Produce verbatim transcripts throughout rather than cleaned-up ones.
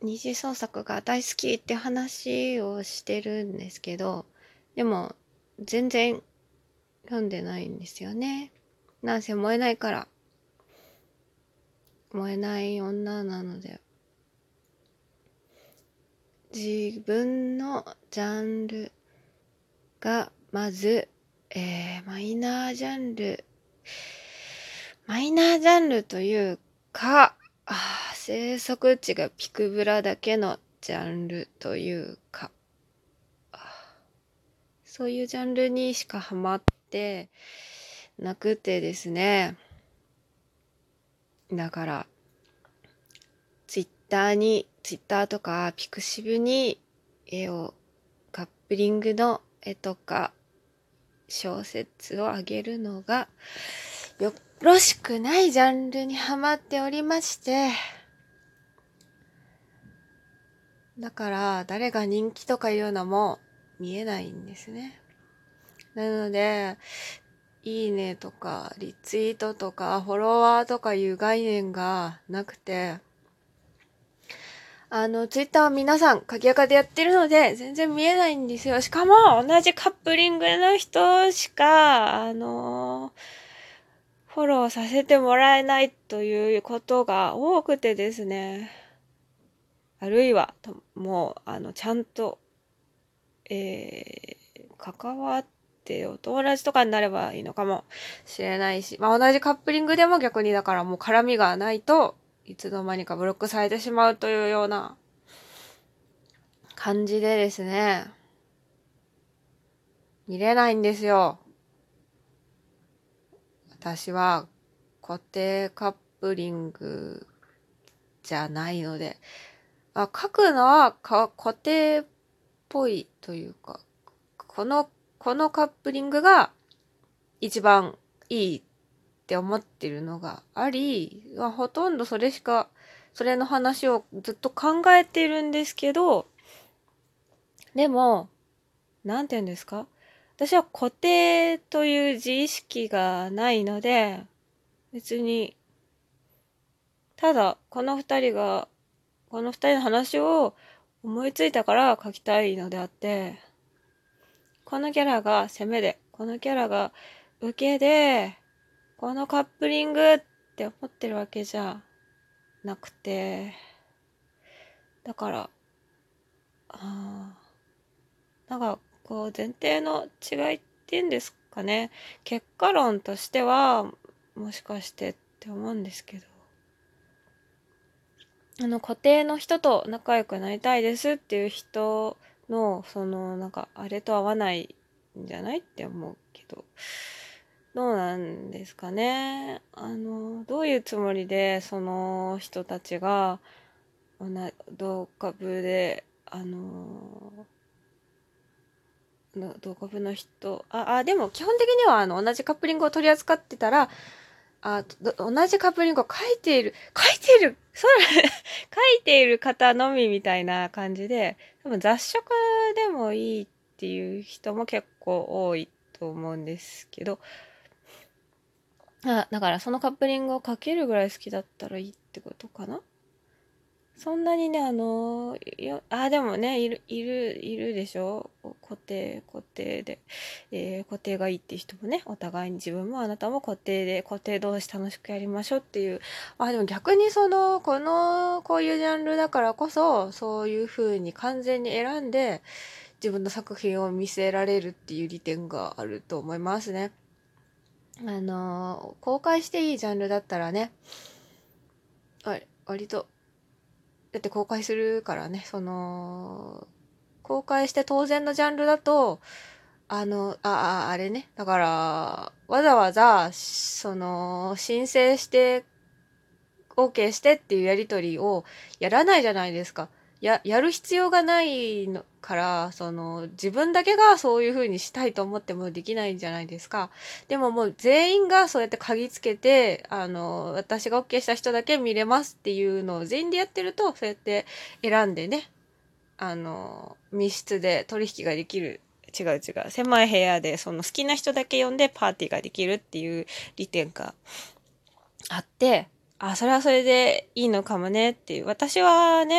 二次創作が大好きって話をしてるんですけど、でも全然読んでないんですよね。なんせ燃えないから。燃えない女なので。自分のジャンルがまず、えー、マイナージャンル。マイナージャンルというか、あ生息地がピクブラだけのジャンルというか、そういうジャンルにしかハマってなくてですね。だから、ツイッターに、ツイッターとかピクシブに絵を、カップリングの絵とか小説をあげるのがよろしくないジャンルにハマっておりまして、だから誰が人気とかいうのも見えないんですね。なので、いいねとかリツイートとかフォロワーとかいう概念がなくて、あの、ツイッターは皆さん、鍵垢でやってるので、全然見えないんですよ。しかも、同じカップリングの人しか、あのー、フォローさせてもらえないということが多くてですね。あるいは、もう、あの、ちゃんと、えー、関わってお友達とかになればいいのかもしれないし、まあ同じカップリングでも逆にだからもう絡みがないといつの間にかブロックされてしまうというような感じでですね、見れないんですよ。私は固定カップリングじゃないので、あ、書くのはか固定っぽいというか、この、このカップリングが一番いいって思ってるのがあり、ほとんどそれしか、それの話をずっと考えてるんですけど、でも、なんて言うんですか？私は固定という自意識がないので、別に、ただ、この二人が、この二人の話を思いついたから書きたいのであって、このキャラが攻めで、このキャラが受けで、このカップリングって思ってるわけじゃなくて、だから、あなんか、こう、前提の違いっていうんですかね。結果論としては、もしかしてって思うんですけど。あの、固定の人と仲良くなりたいですっていう人の、その、なんか、あれと合わないんじゃないって思うけど。どうなんですかね。あの、どういうつもりで、その人たちが、同株で、あの、の同株の人、あ、あ、でも基本的にはあの同じカップリングを取り扱ってたら、あ、同じカップリングを書いている、書いている、そう書いている方のみみたいな感じで、多分雑食でもいいっていう人も結構多いと思うんですけど、あ、だからそのカップリングを書けるぐらい好きだったらいいってことかな。そんなにね、あのー、よ、あ、でもね、いる、いる、いるでしょ？固定、固定で。えー固定がいいっていう人もね、お互いに自分もあなたも固定で、固定同士楽しくやりましょうっていう。あ、でも逆にその、この、こういうジャンルだからこそ、そういう風に完全に選んで、自分の作品を見せられるっていう利点があると思いますね。あのー公開していいジャンルだったらね、あれ、割と、だって公開するからね、その、公開して当然のジャンルだと、あの、あ、あ、あれね。だから、わざわざ、その、申請して、OK してっていうやりとりをやらないじゃないですか。や、やる必要がないのから、その、自分だけがそういう風にしたいと思ってもできないじゃないですか。でももう全員がそうやって鍵つけて、あの、私が OK した人だけ見れますっていうのを全員でやってると、そうやって選んでね、あの、密室で取引ができる。違う違う。狭い部屋で、その好きな人だけ呼んでパーティーができるっていう利点があって、あ、それはそれでいいのかもねっていう。私はね、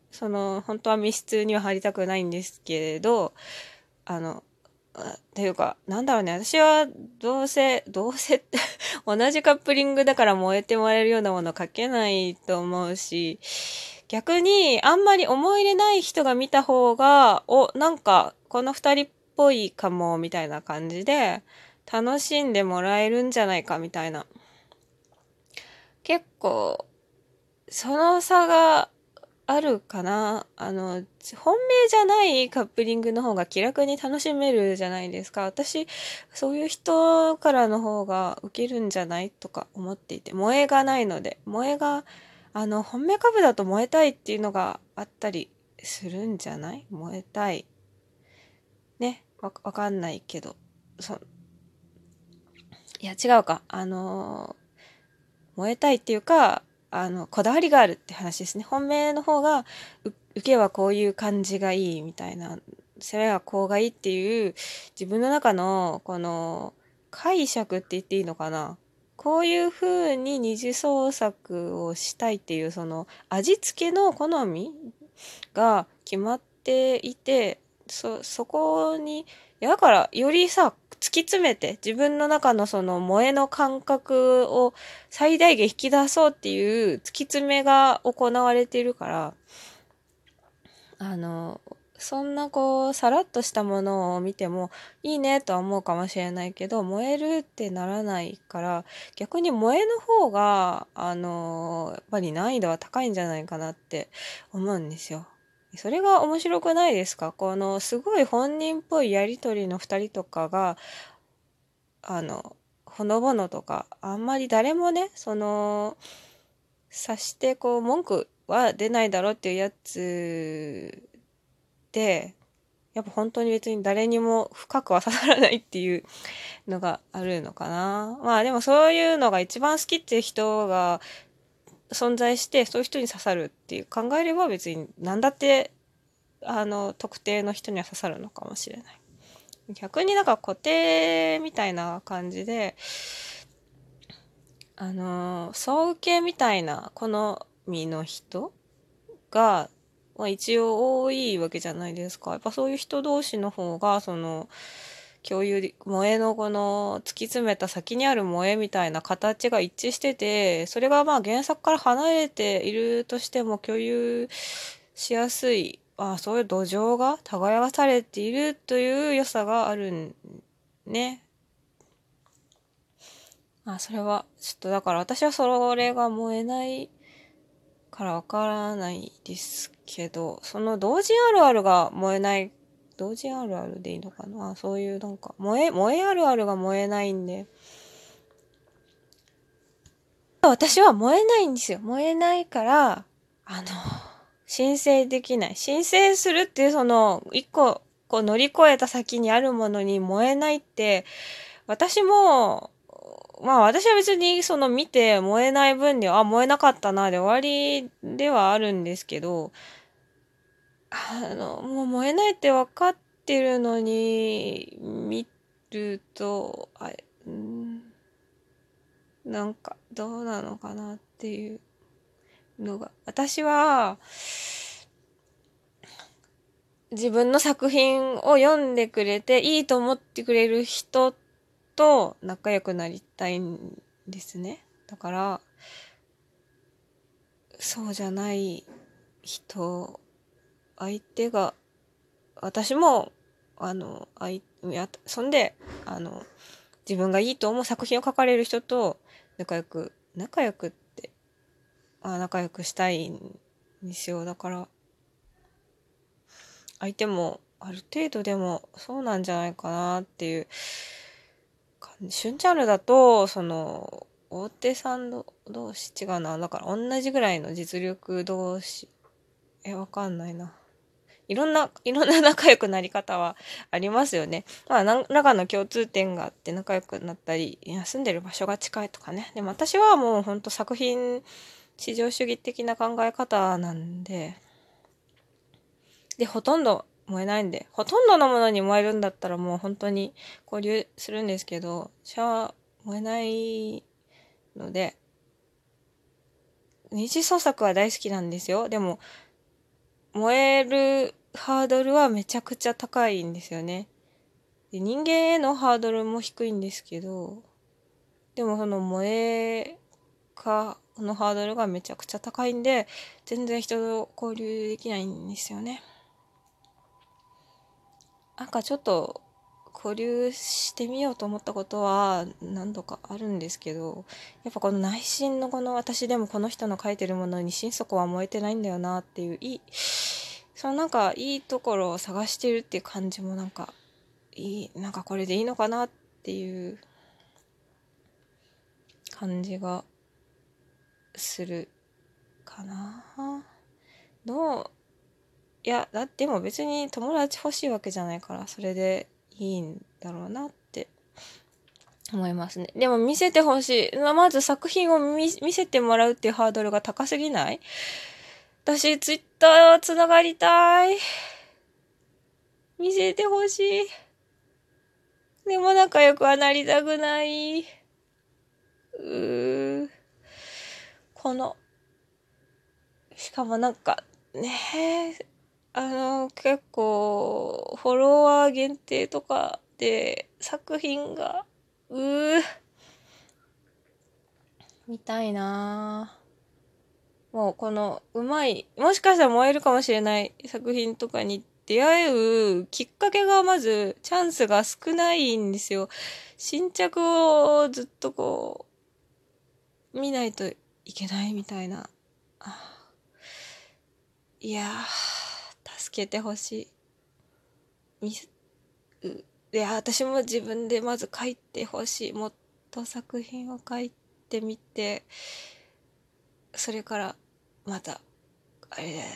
その、本当は密室には入りたくないんですけれど、あの、あっていうか、なんだろうね、私はどうせ、どうせって同じカップリングだから燃えてもらえるようなもの書けないと思うし、逆にあんまり思い入れない人が見た方が、お、なんかこの二人っぽいかも、みたいな感じで、楽しんでもらえるんじゃないか、みたいな。結構、その差があるかな。あの、本命じゃないカップリングの方が気楽に楽しめるじゃないですか。私、そういう人からの方が受けるんじゃないとか思っていて、萌えがないので、萌えが、あの、本命株だと燃えたいっていうのがあったりするんじゃない？燃えたい。ね。わ、わかんないけど。そ、いや、違うか。あの燃えたいっていうか、あの、こだわりがあるって話ですね。本命の方が、う受けはこういう感じがいいみたいな、攻めはこうがいいっていう、自分の中の、この、解釈って言っていいのかな。こういう風に二次創作をしたいっていう、その、味付けの好みが決まっていて、そ、そこに、いやだから、よりさ、突き詰めて、自分の中のその萌えの感覚を最大限引き出そうっていう突き詰めが行われているから、あの、そんなこう、さらっとしたものを見てもいいねとは思うかもしれないけど、燃えるってならないから、逆に萌えの方が、あの、やっぱり難易度は高いんじゃないかなって思うんですよ。それが面白くないですか？このすごい本人っぽいやりとりの二人とかが、あの、ほのぼのとか、あんまり誰もね、その、察してこう文句は出ないだろうっていうやつで、やっぱ本当に別に誰にも深くは刺さらないっていうのがあるのかな。まあでもそういうのが一番好きっていう人が存在して、そういう人に刺さるっていう考えれば別に何だって、あの、特定の人には刺さるのかもしれない。逆になんか固定みたいな感じで、あのー、総受けみたいな好みの人が、まあ、一応多いわけじゃないですか。やっぱそういう人同士の方が、その、共有で、萌えのこの突き詰めた先にある萌えみたいな形が一致してて、それがまあ原作から離れているとしても共有しやすい、ああ、そういう土壌が耕されているという良さがあるんね。あ、それは、ちょっとだから私はそれが燃えないからわからないですけど、その同人あるあるが燃えない、同人あるあるでいいのかな、そういうなんか、燃え、燃えあるあるが燃えないんで、私は燃えないんですよ。燃えないから、あの、申請できない。申請するっていうその、一個、こう乗り越えた先にあるものに燃えないって、私も、まあ私は別にその見て燃えない分には、あ、燃えなかったなで終わりではあるんですけど、あの、もう燃えないって分かってるのに、見ると、あ、うん、なんかどうなのかなっていうのが、私は自分の作品を読んでくれていいと思ってくれる人と仲良くなりたいんですね。だから、そうじゃない人、相手が、私も、あの、あい、や、そんで、あの、自分がいいと思う作品を書かれる人と仲良く、仲良くって、あ、仲良くしたいんですよ。だから、相手もある程度でもそうなんじゃないかなっていう感じ。旬ジャンルだと、その、大手さんの同士違うな。だから同じぐらいの実力同士。え、わかんないな。いろんな、いろんな仲良くなり方はありますよね。まあ、何らかの共通点があって仲良くなったり、住んでる場所が近いとかね。でも私はもうほんと作品、至上主義的な考え方なんで、で、ほとんど燃えないんで、ほとんどのものに燃えるんだったらもう本当に交流するんですけど、私は燃えないので、二次創作は大好きなんですよ。でも、 燃えるハードルはめちゃくちゃ高いんですよね。で、人間へのハードルも低いんですけど、でもその萌えかのハードルがめちゃくちゃ高いんで、全然人と交流できないんですよね。なんかちょっと交流してみようと思ったことは何度かあるんですけど、やっぱこの内心のこの私でもこの人の書いてるものに心底は燃えてないんだよなっていう、いい、そのなんかいいところを探してるっていう感じもなんかいい、なんかこれでいいのかなっていう感じがするかな。どう、いや、だっても別に友達欲しいわけじゃないから、それでいいんだろうなって思いますね。でも見せてほしい。まず作品を 見, 見せてもらうっていうハードルが高すぎない？私、ツイッターつながりたい。見せてほしい。でも仲良くはなりたくない。うー。この、しかもなんか、ねえ、あの、結構、フォロワー限定とかで作品が、うー、見たいなぁ。もうこの、うまい、もしかしたら燃えるかもしれない作品とかに出会うきっかけがまず、チャンスが少ないんですよ。新着をずっとこう、見ないといけないみたいな。いやー、助けてほしい。みういや、私も自分でまず書いてほしい。もっと作品を書いてみて、それからまた、あれだよね、